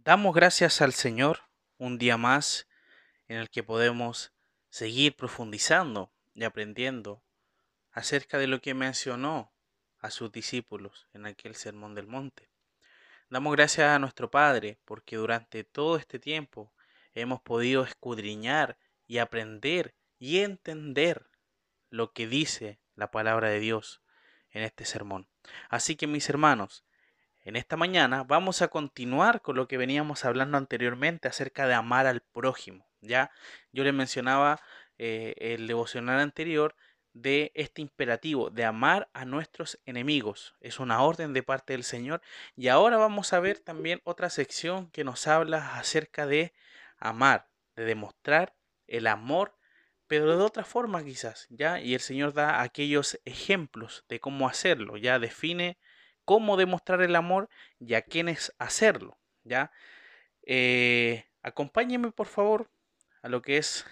Damos gracias al Señor un día más en el que podemos seguir profundizando y aprendiendo acerca de lo que mencionó a sus discípulos en aquel sermón del monte. Damos gracias a nuestro Padre porque durante todo este tiempo hemos podido escudriñar y aprender y entender lo que dice la palabra de Dios en este sermón. Así que mis hermanos, en esta mañana vamos a continuar con lo que veníamos hablando anteriormente acerca de amar al prójimo. Ya yo les mencionaba el devocional anterior de este imperativo de amar a nuestros enemigos. Es una orden de parte del Señor. Y ahora vamos a ver también otra sección que nos habla acerca de amar, de demostrar el amor, pero de otra forma quizás, ¿ya? Y el Señor da aquellos ejemplos de cómo hacerlo, ya define cómo demostrar el amor y a quiénes hacerlo, ¿ya? Acompáñenme por favor a lo que es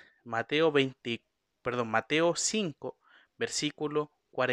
Mateo 5, versículo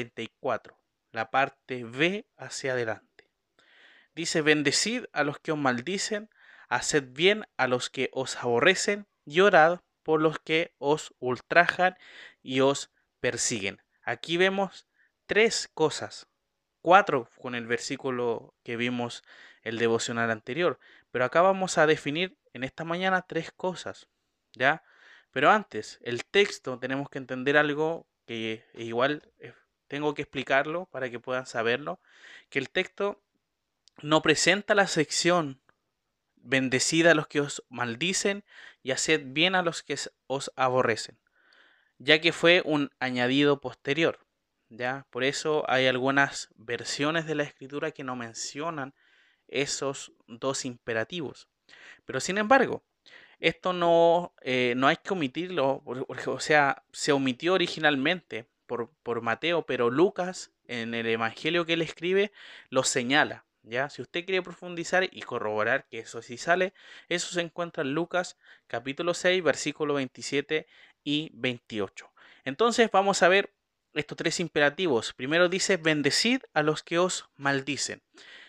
44, la parte B hacia adelante. Dice: bendecid a los que os maldicen, haced bien a los que os aborrecen y orad por los que os ultrajan y os persiguen. Aquí vemos tres cosas, cuatro con el versículo que vimos el devocional anterior, pero acá vamos a definir en esta mañana tres cosas, ¿ya? Pero antes, el texto tenemos que entender algo que igual tengo que explicarlo para que puedan saberlo, que el texto no presenta la sección bendecid a los que os maldicen y haced bien a los que os aborrecen, ya que fue un añadido posterior. ¿Ya? Por eso hay algunas versiones de la escritura que no mencionan esos dos imperativos. Pero sin embargo, esto no hay que omitirlo, porque, o sea, se omitió originalmente por Mateo, pero Lucas, en el evangelio que él escribe, lo señala. ¿Ya? Si usted quiere profundizar y corroborar que eso sí sale, eso se encuentra en Lucas capítulo 6, versículo 27 y 28. Entonces vamos a ver estos tres imperativos. Primero dice: bendecid a los que os maldicen.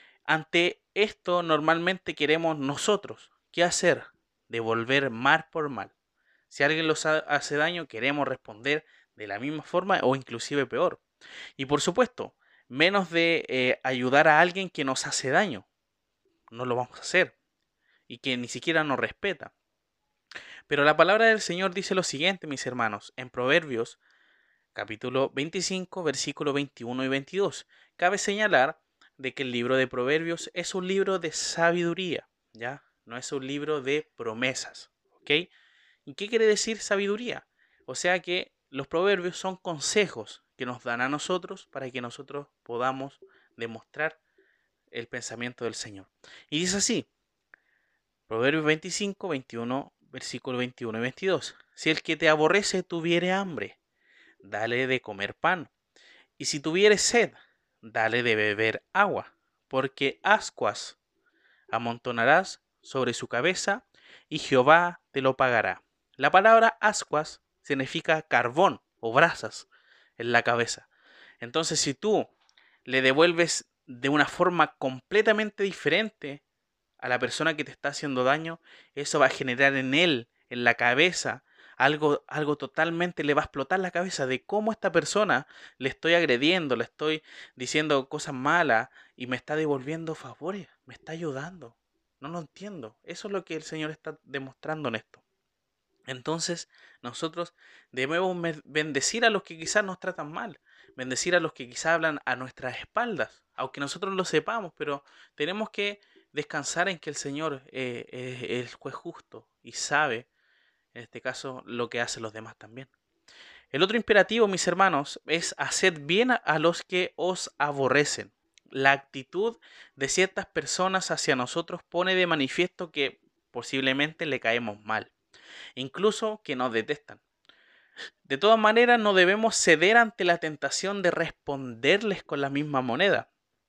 Ante esto normalmente queremos nosotros, ¿qué hacer? Devolver mal por mal. Si alguien nos hace daño, queremos responder de la misma forma o inclusive peor. Y por supuesto, menos de ayudar a alguien que nos hace daño. No lo vamos a hacer y que ni siquiera nos respeta. Pero la palabra del Señor dice lo siguiente, mis hermanos, en Proverbios capítulo 25, versículo 21 y 22. Cabe señalar de que el libro de Proverbios es un libro de sabiduría, ¿ya? No es un libro de promesas, ¿ok? ¿Y qué quiere decir sabiduría? O sea que los proverbios son consejos que nos dan a nosotros para que nosotros podamos demostrar el pensamiento del Señor. Y dice así, Proverbios 25, 21, versículo 21 y 22. Si el que te aborrece tuviere hambre, dale de comer pan. Y si tuvieres sed, dale de beber agua, porque ascuas amontonarás sobre su cabeza, y Jehová te lo pagará. La palabra ascuas significa carbón o brasas en la cabeza. Entonces, si tú le devuelves de una forma completamente diferente a la persona que te está haciendo daño, eso va a generar en él, en la cabeza, algo totalmente, le va a explotar la cabeza de cómo esta persona le estoy agrediendo, le estoy diciendo cosas malas y me está devolviendo favores, me está ayudando. No lo entiendo. Eso es lo que el Señor está demostrando en esto. Entonces, nosotros debemos bendecir a los que quizás nos tratan mal, bendecir a los que quizás hablan a nuestras espaldas, aunque nosotros lo sepamos, pero tenemos que descansar en que el Señor es el juez justo y sabe, en este caso, lo que hacen los demás también. El otro imperativo, mis hermanos, es hacer bien a los que os aborrecen. La actitud de ciertas personas hacia nosotros pone de manifiesto que posiblemente le caemos mal, incluso que nos detestan. De todas maneras, no debemos ceder ante la tentación de responderles con la misma moneda.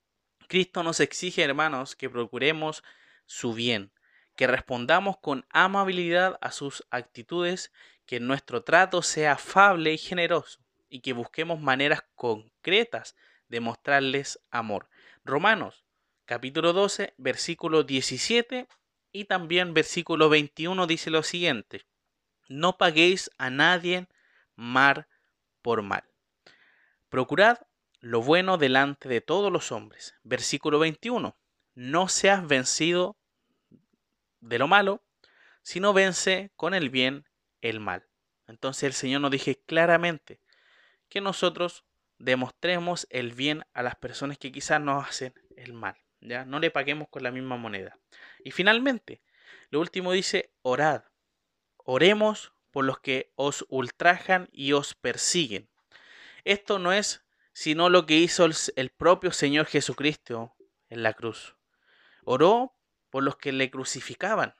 Cristo nos exige, hermanos, que procuremos su bien, que respondamos con amabilidad a sus actitudes, que nuestro trato sea afable y generoso, y que busquemos maneras concretas de mostrarles amor. Romanos, capítulo 12, versículo 17 Y también versículo 21 dice lo siguiente: no paguéis a nadie mal por mal. Procurad lo bueno delante de todos los hombres. Versículo 21. No seas vencido de lo malo, sino vence con el bien el mal. Entonces el Señor nos dice claramente que nosotros demostremos el bien a las personas que quizás nos hacen el mal. ¿Ya? No le paguemos con la misma moneda. Y finalmente, lo último dice: orad. Oremos por los que os ultrajan y os persiguen. Esto no es sino lo que hizo el propio Señor Jesucristo en la cruz. Oró por los que le crucificaban.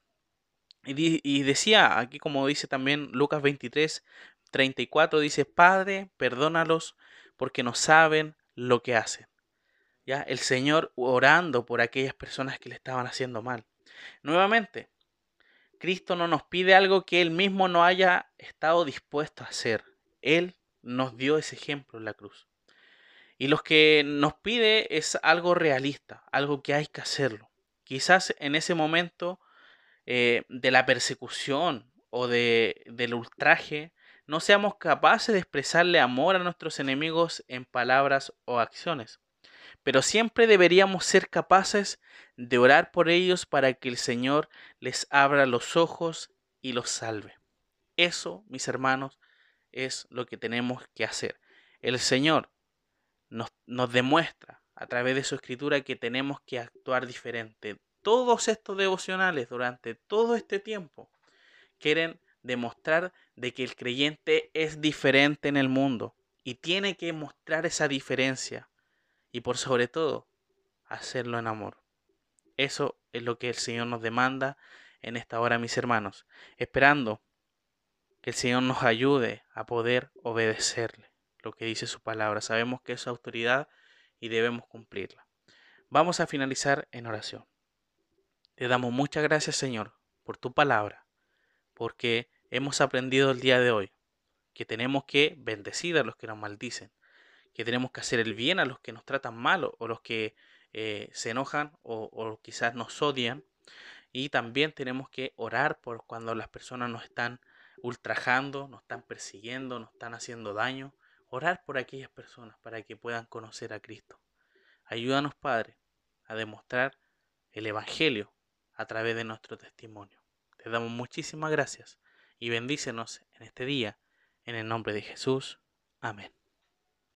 Y decía, aquí como dice también Lucas 23:34, dice: Padre, perdónalos porque no saben lo que hacen. ¿Ya? El Señor orando por aquellas personas que le estaban haciendo mal. Nuevamente, Cristo no nos pide algo que Él mismo no haya estado dispuesto a hacer. Él nos dio ese ejemplo en la cruz. Y lo que nos pide es algo realista, algo que hay que hacerlo. Quizás en ese momento de la persecución o del ultraje, no seamos capaces de expresarle amor a nuestros enemigos en palabras o acciones. Pero siempre deberíamos ser capaces de orar por ellos para que el Señor les abra los ojos y los salve. Eso, mis hermanos, es lo que tenemos que hacer. El Señor nos demuestra a través de su escritura que tenemos que actuar diferente. Todos estos devocionales durante todo este tiempo quieren demostrar de que el creyente es diferente en el mundo y tiene que mostrar esa diferencia y por sobre todo hacerlo en amor. Eso es lo que el Señor nos demanda en esta hora, mis hermanos, esperando que el Señor nos ayude a poder obedecerle lo que dice su palabra. Sabemos que es su autoridad y debemos cumplirla. Vamos a finalizar en oración. Te damos muchas gracias, Señor, por tu palabra, porque hemos aprendido el día de hoy que tenemos que bendecir a los que nos maldicen, que tenemos que hacer el bien a los que nos tratan mal o los que se enojan o quizás nos odian. Y también tenemos que orar por cuando las personas nos están ultrajando, nos están persiguiendo, nos están haciendo daño. Orar por aquellas personas para que puedan conocer a Cristo. Ayúdanos, Padre, a demostrar el Evangelio a través de nuestro testimonio. Te damos muchísimas gracias y bendícenos en este día. En el nombre de Jesús. Amén.